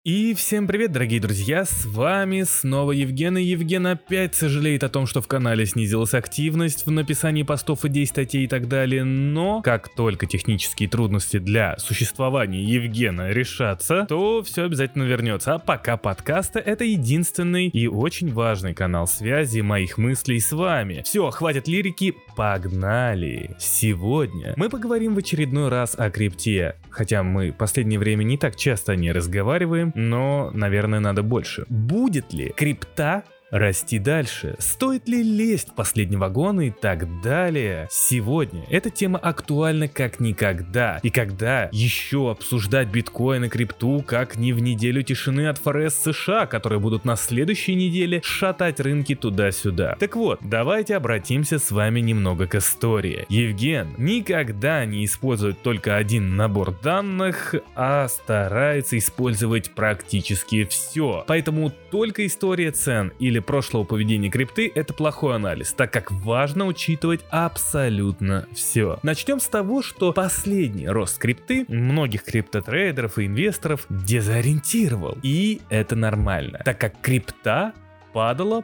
И всем привет, дорогие друзья, с вами снова Евген, и Евген опять сожалеет о том, что в канале снизилась активность в написании постов, идей, статей и так далее, но как только технические трудности для существования Евгена решатся, то все обязательно вернется, а пока подкасты — это единственный и очень важный канал связи моих мыслей с вами. Все, хватит лирики, погнали! Сегодня мы поговорим в очередной раз о крипте, хотя мы в последнее время не так часто о ней разговариваем, но, наверное, надо больше. Будет ли крипта расти дальше? Стоит ли лезть в последний вагон и так далее? Сегодня эта тема актуальна как никогда. И когда еще обсуждать биткоин и крипту, как не в неделю тишины от ФРС США, которые будут на следующей неделе шатать рынки туда-сюда? Так вот, давайте обратимся с вами немного к истории. Евген никогда не использует только один набор данных, а старается использовать практически все. Поэтому только история цен или прошлого поведения крипты — это плохой анализ, так как важно учитывать абсолютно все. Начнем с того, что последний рост крипты многих криптотрейдеров и инвесторов дезориентировал. И это нормально, так как крипта падала,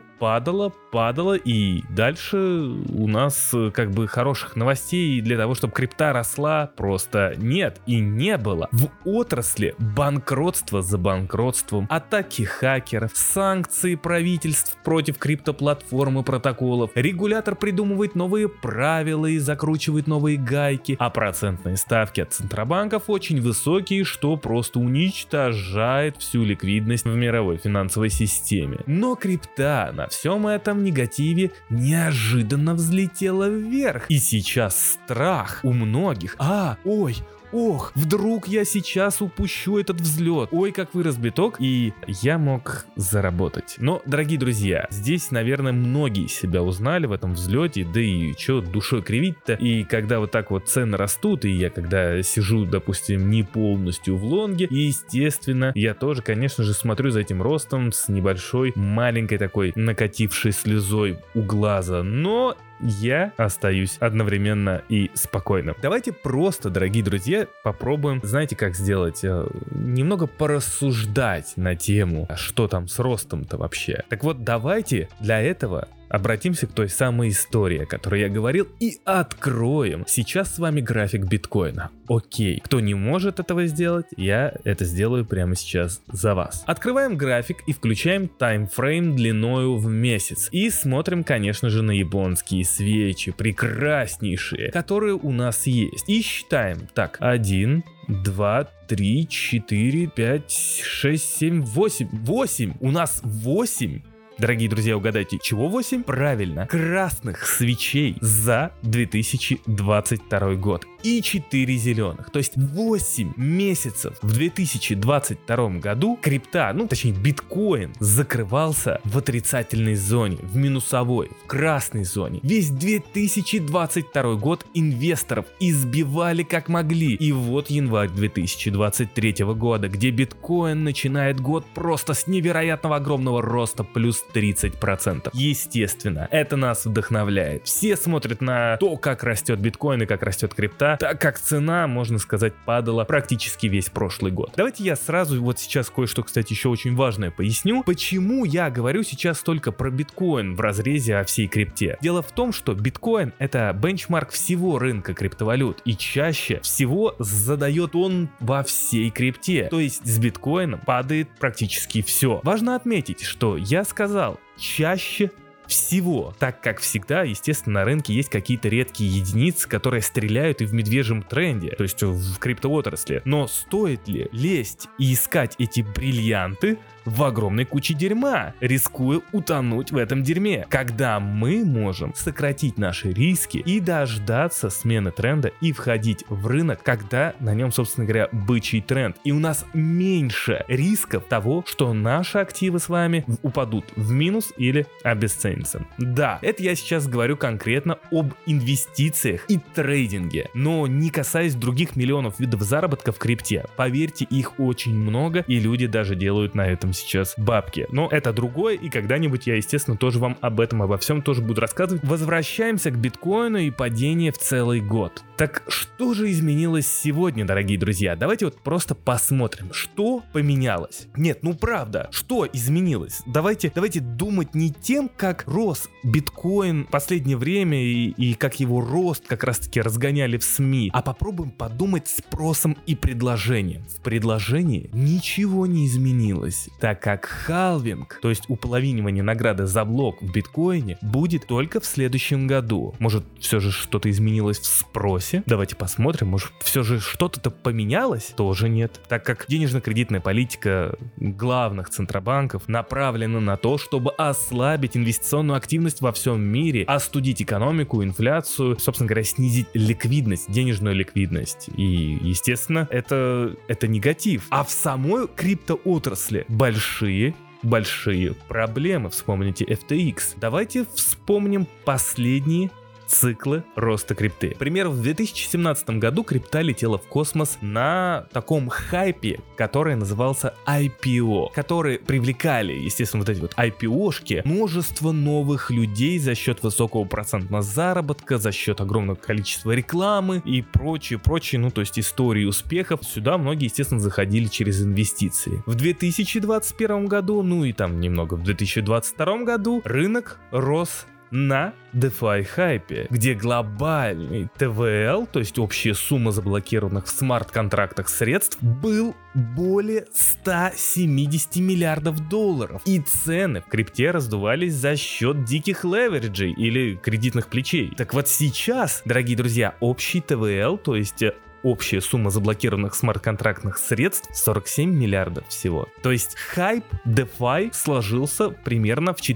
и дальше у нас как бы хороших новостей для того, чтобы крипта росла, просто нет и не было. В отрасли банкротство за банкротством, атаки хакеров, санкции правительств против криптоплатформ и протоколов, регулятор придумывает новые правила и закручивает новые гайки, а процентные ставки от центробанков очень высокие, что просто уничтожает всю ликвидность в мировой финансовой системе. Но крипта на всем этом негативе неожиданно взлетела вверх. И сейчас страх у многих. Вдруг я сейчас упущу этот взлет. Ой, как вырос биток, и я мог заработать. Но, дорогие друзья, здесь, наверное, многие себя узнали в этом взлете, да и чё душой кривить-то. И когда вот так вот цены растут, и я когда сижу, допустим, не полностью в лонге, естественно, я тоже, конечно же, смотрю за этим ростом с небольшой, маленькой такой накатившей слезой у глаза. Но я остаюсь одновременно и спокойно. Давайте просто, дорогие друзья, попробуем, знаете, как сделать? Немного порассуждать на тему, что там с ростом-то вообще. Так вот, давайте для этого обратимся к той самой истории, о которой я говорил, и откроем сейчас с вами график биткоина. Окей, кто не может этого сделать, я это сделаю прямо сейчас за вас. Открываем график и включаем таймфрейм длиною в месяц. И смотрим, конечно же, на японские свечи, прекраснейшие, которые у нас есть. И считаем. Так, 1, 2, 3, 4, 5, 6, 7, 8. 8! У нас 8! Дорогие друзья, угадайте, чего 8? Правильно, красных свечей за 2022 год. И 4 зеленых. То есть 8 месяцев в 2022 году крипта, точнее биткоин, закрывался в отрицательной зоне, в минусовой, в красной зоне. Весь 2022 год инвесторов избивали как могли. И вот январь 2023 года, где биткоин начинает год просто с невероятного огромного роста, плюс 30%. Естественно, это нас вдохновляет. Все смотрят на то, как растет биткоин и как растет крипта, так как цена, можно сказать, падала практически весь прошлый год. Давайте я сразу вот сейчас кое-что, кстати, еще очень важное поясню. Почему я говорю сейчас только про биткоин в разрезе о всей крипте? Дело в том, что биткоин — это бенчмарк всего рынка криптовалют, и чаще всего задает он во всей крипте. То есть с биткоином падает практически все. Важно отметить, что я сказал чаще всего, так как всегда, естественно, на рынке есть какие-то редкие единицы, которые стреляют и в медвежьем тренде, то есть в криптоотрасли. Но стоит ли лезть и искать эти бриллианты в огромной куче дерьма, рискуя утонуть в этом дерьме, когда мы можем сократить наши риски и дождаться смены тренда и входить в рынок, когда на нем, собственно говоря, бычий тренд, и у нас меньше рисков того, что наши активы с вами упадут в минус или обесценятся. Да, это я сейчас говорю конкретно об инвестициях и трейдинге, но не касаясь других миллионов видов заработка в крипте. Поверьте, их очень много, и люди даже делают на этом сейчас бабки. Но это другое, и когда-нибудь я, естественно, тоже вам обо всем тоже буду рассказывать. Возвращаемся к биткоину и падению в целый год. Так что же изменилось сегодня, дорогие друзья? Давайте вот просто посмотрим, что поменялось. Нет, ну правда, что изменилось? Давайте думать не тем, как рос биткоин в последнее время и как его рост как раз-таки разгоняли в СМИ, а попробуем подумать спросом и предложением. В предложении ничего не изменилось, так как халвинг, то есть уполовинивание награды за блок в биткоине, будет только в следующем году. Может, все же что-то изменилось в спросе? Давайте посмотрим, может, все же что-то поменялось? Тоже нет, так как денежно-кредитная политика главных центробанков направлена на то, чтобы ослабить инвестиционную активность во всем мире, остудить экономику, инфляцию, собственно говоря, снизить ликвидность, денежную ликвидность. И, естественно, это негатив. А в самой криптоотрасли большие проблемы. Вспомните FTX. Давайте вспомним последние циклы роста крипты. К примеру, в 2017 году крипта летела в космос на таком хайпе, который назывался IPO, которые привлекали, естественно, вот эти вот IPO-шки, множество новых людей за счет высокого процентного заработка, за счет огромного количества рекламы и прочее, ну то есть истории успехов. Сюда многие, естественно, заходили через инвестиции. В 2021 году, ну и там немного в 2022 году рынок рос на DeFi хайпе, где глобальный ТВЛ, то есть общая сумма заблокированных в смарт-контрактах средств, был более 170 миллиардов долларов. И цены в крипте раздувались за счет диких левериджей или кредитных плечей. Так вот сейчас, дорогие друзья, общий ТВЛ, то есть общая сумма заблокированных смарт-контрактных средств 47 миллиардов всего. То есть хайп DeFi сложился примерно в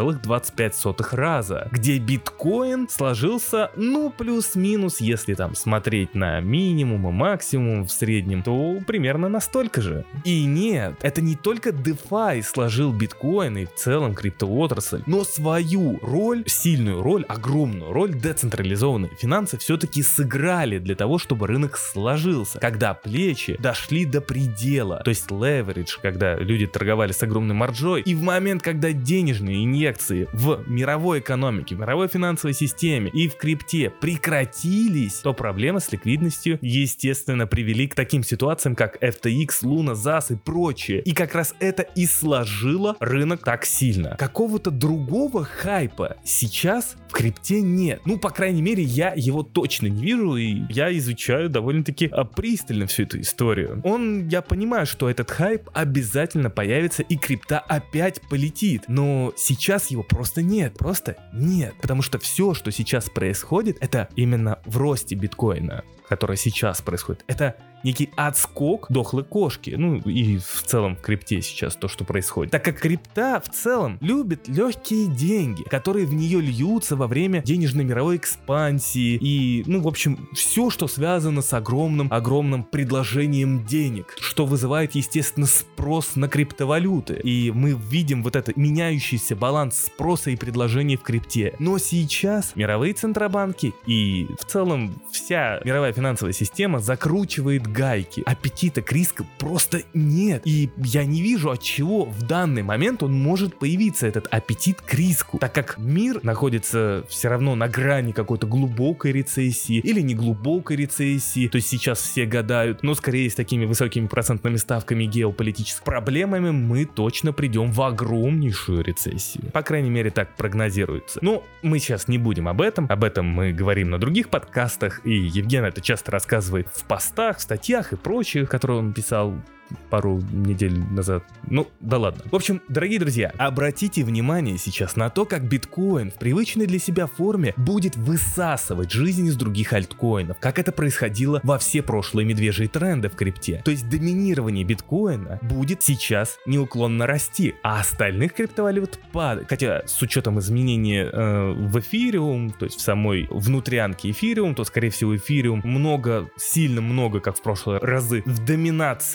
4,25 раза, где биткоин сложился, ну, плюс-минус, если там смотреть на минимум и максимум в среднем, то примерно настолько же. И нет, это не только DeFi сложил биткоин и в целом криптоотрасль, но свою роль, сильную роль, огромную роль децентрализованные финансы все-таки сыграли для того, чтобы рынок сложился, когда плечи дошли до предела, то есть leverage, когда люди торговали с огромной маржой, и в момент, когда денежные инъекции в мировой экономике, в мировой финансовой системе и в крипте прекратились, то проблемы с ликвидностью, естественно, привели к таким ситуациям, как FTX, Luna, ZAS и прочее. И как раз это и сложило рынок так сильно. Какого-то другого хайпа сейчас в крипте нет. Ну, по крайней мере, я его точно не вижу, и я изучаю довольно-таки пристально всю эту историю. Я понимаю, что этот хайп обязательно появится, и крипта опять полетит, но сейчас его просто нет, потому что все, что сейчас происходит, это именно в росте биткоина, который сейчас происходит, это некий отскок дохлой кошки, ну и в целом в крипте сейчас то, что происходит. Так как крипта в целом любит легкие деньги, которые в нее льются во время денежной мировой экспансии и, ну, в общем, все, что связано с огромным предложением денег, что вызывает, естественно, спрос на криптовалюты. И мы видим вот этот меняющийся баланс спроса и предложения в крипте. Но сейчас мировые центробанки и в целом вся мировая финансовая система закручивает гайки. Аппетита к риску просто нет. И я не вижу, от чего в данный момент он может появиться, этот аппетит к риску. Так как мир находится все равно на грани какой-то глубокой рецессии или неглубокой рецессии. То есть сейчас все гадают, но скорее с такими высокими процентными ставками, геополитическими проблемами мы точно придем в огромнейшую рецессию. По крайней мере, так прогнозируется. Но мы сейчас не будем об этом. Об этом мы говорим на других подкастах. И Евген это часто рассказывает в постах, в статьях и прочих, которые он писал пару недель назад. Ну, да ладно. В общем, дорогие друзья, обратите внимание сейчас на то, как биткоин в привычной для себя форме будет высасывать жизнь из других альткоинов, как это происходило во все прошлые медвежьи тренды в крипте. То есть доминирование биткоина будет сейчас неуклонно расти, а остальных криптовалют падать. Хотя с учетом изменения в эфириум, то есть в самой внутрянке эфириум, то скорее всего эфириум сильно много, как в прошлые разы, в доминации терять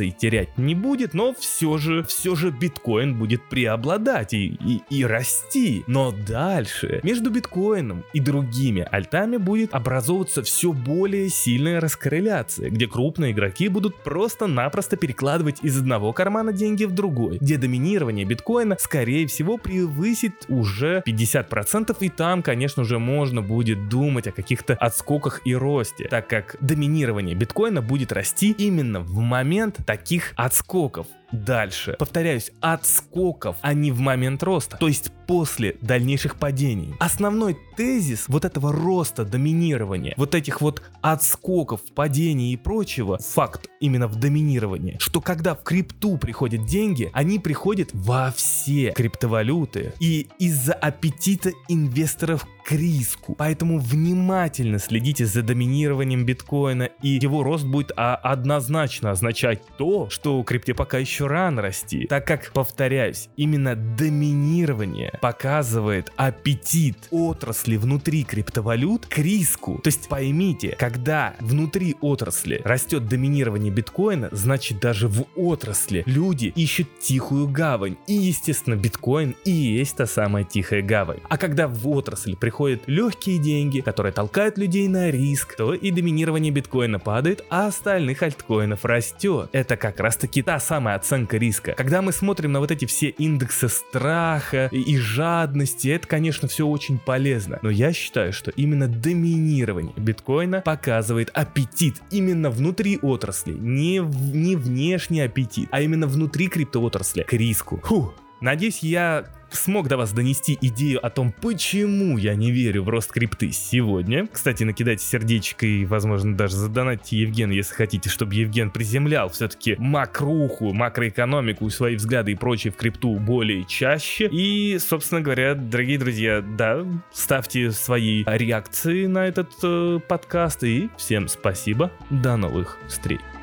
нет, не будет, но все же биткоин будет преобладать и расти. Но дальше между биткоином и другими альтами будет образовываться все более сильная раскорреляция, где крупные игроки будут просто-напросто перекладывать из одного кармана деньги в другой, где доминирование биткоина скорее всего превысит уже 50%, и там, конечно же, можно будет думать о каких-то отскоках и росте, так как доминирование биткоина будет расти именно в момент таких отскоков. Дальше, повторяюсь, отскоков, а не в момент роста, то есть после дальнейших падений. Основной тезис вот этого роста, доминирования, вот этих вот отскоков, падений и прочего, факт именно в доминировании, что когда в крипту приходят деньги, они приходят во все криптовалюты и из-за аппетита инвесторов к риску. Поэтому внимательно следите за доминированием биткоина, и его рост будет однозначно означать то, что крипте пока еще рано расти, так как, повторяюсь, именно доминирование показывает аппетит отрасли внутри криптовалют к риску. То есть поймите, когда внутри отрасли растет доминирование биткоина, значит даже в отрасли люди ищут тихую гавань, и естественно биткоин и есть та самая тихая гавань. А когда в отрасль приходят легкие деньги, которые толкают людей на риск, то и доминирование биткоина падает, а остальных альткоинов растет. Это как раз таки та самая оценка риска. Когда мы смотрим на вот эти все индексы страха и жадности, это, конечно, все очень полезно. Но я считаю, что именно доминирование биткоина показывает аппетит именно внутри отрасли. Не внешний аппетит, а именно внутри криптоотрасли к риску. Надеюсь, я смог до вас донести идею о том, почему я не верю в рост крипты сегодня. Кстати, накидайте сердечко и, возможно, даже задонатьте Евгену, если хотите, чтобы Евген приземлял все-таки макруху, макроэкономику и свои взгляды и прочее в крипту более чаще. И, собственно говоря, дорогие друзья, да, ставьте свои реакции на этот подкаст. И всем спасибо. До новых встреч.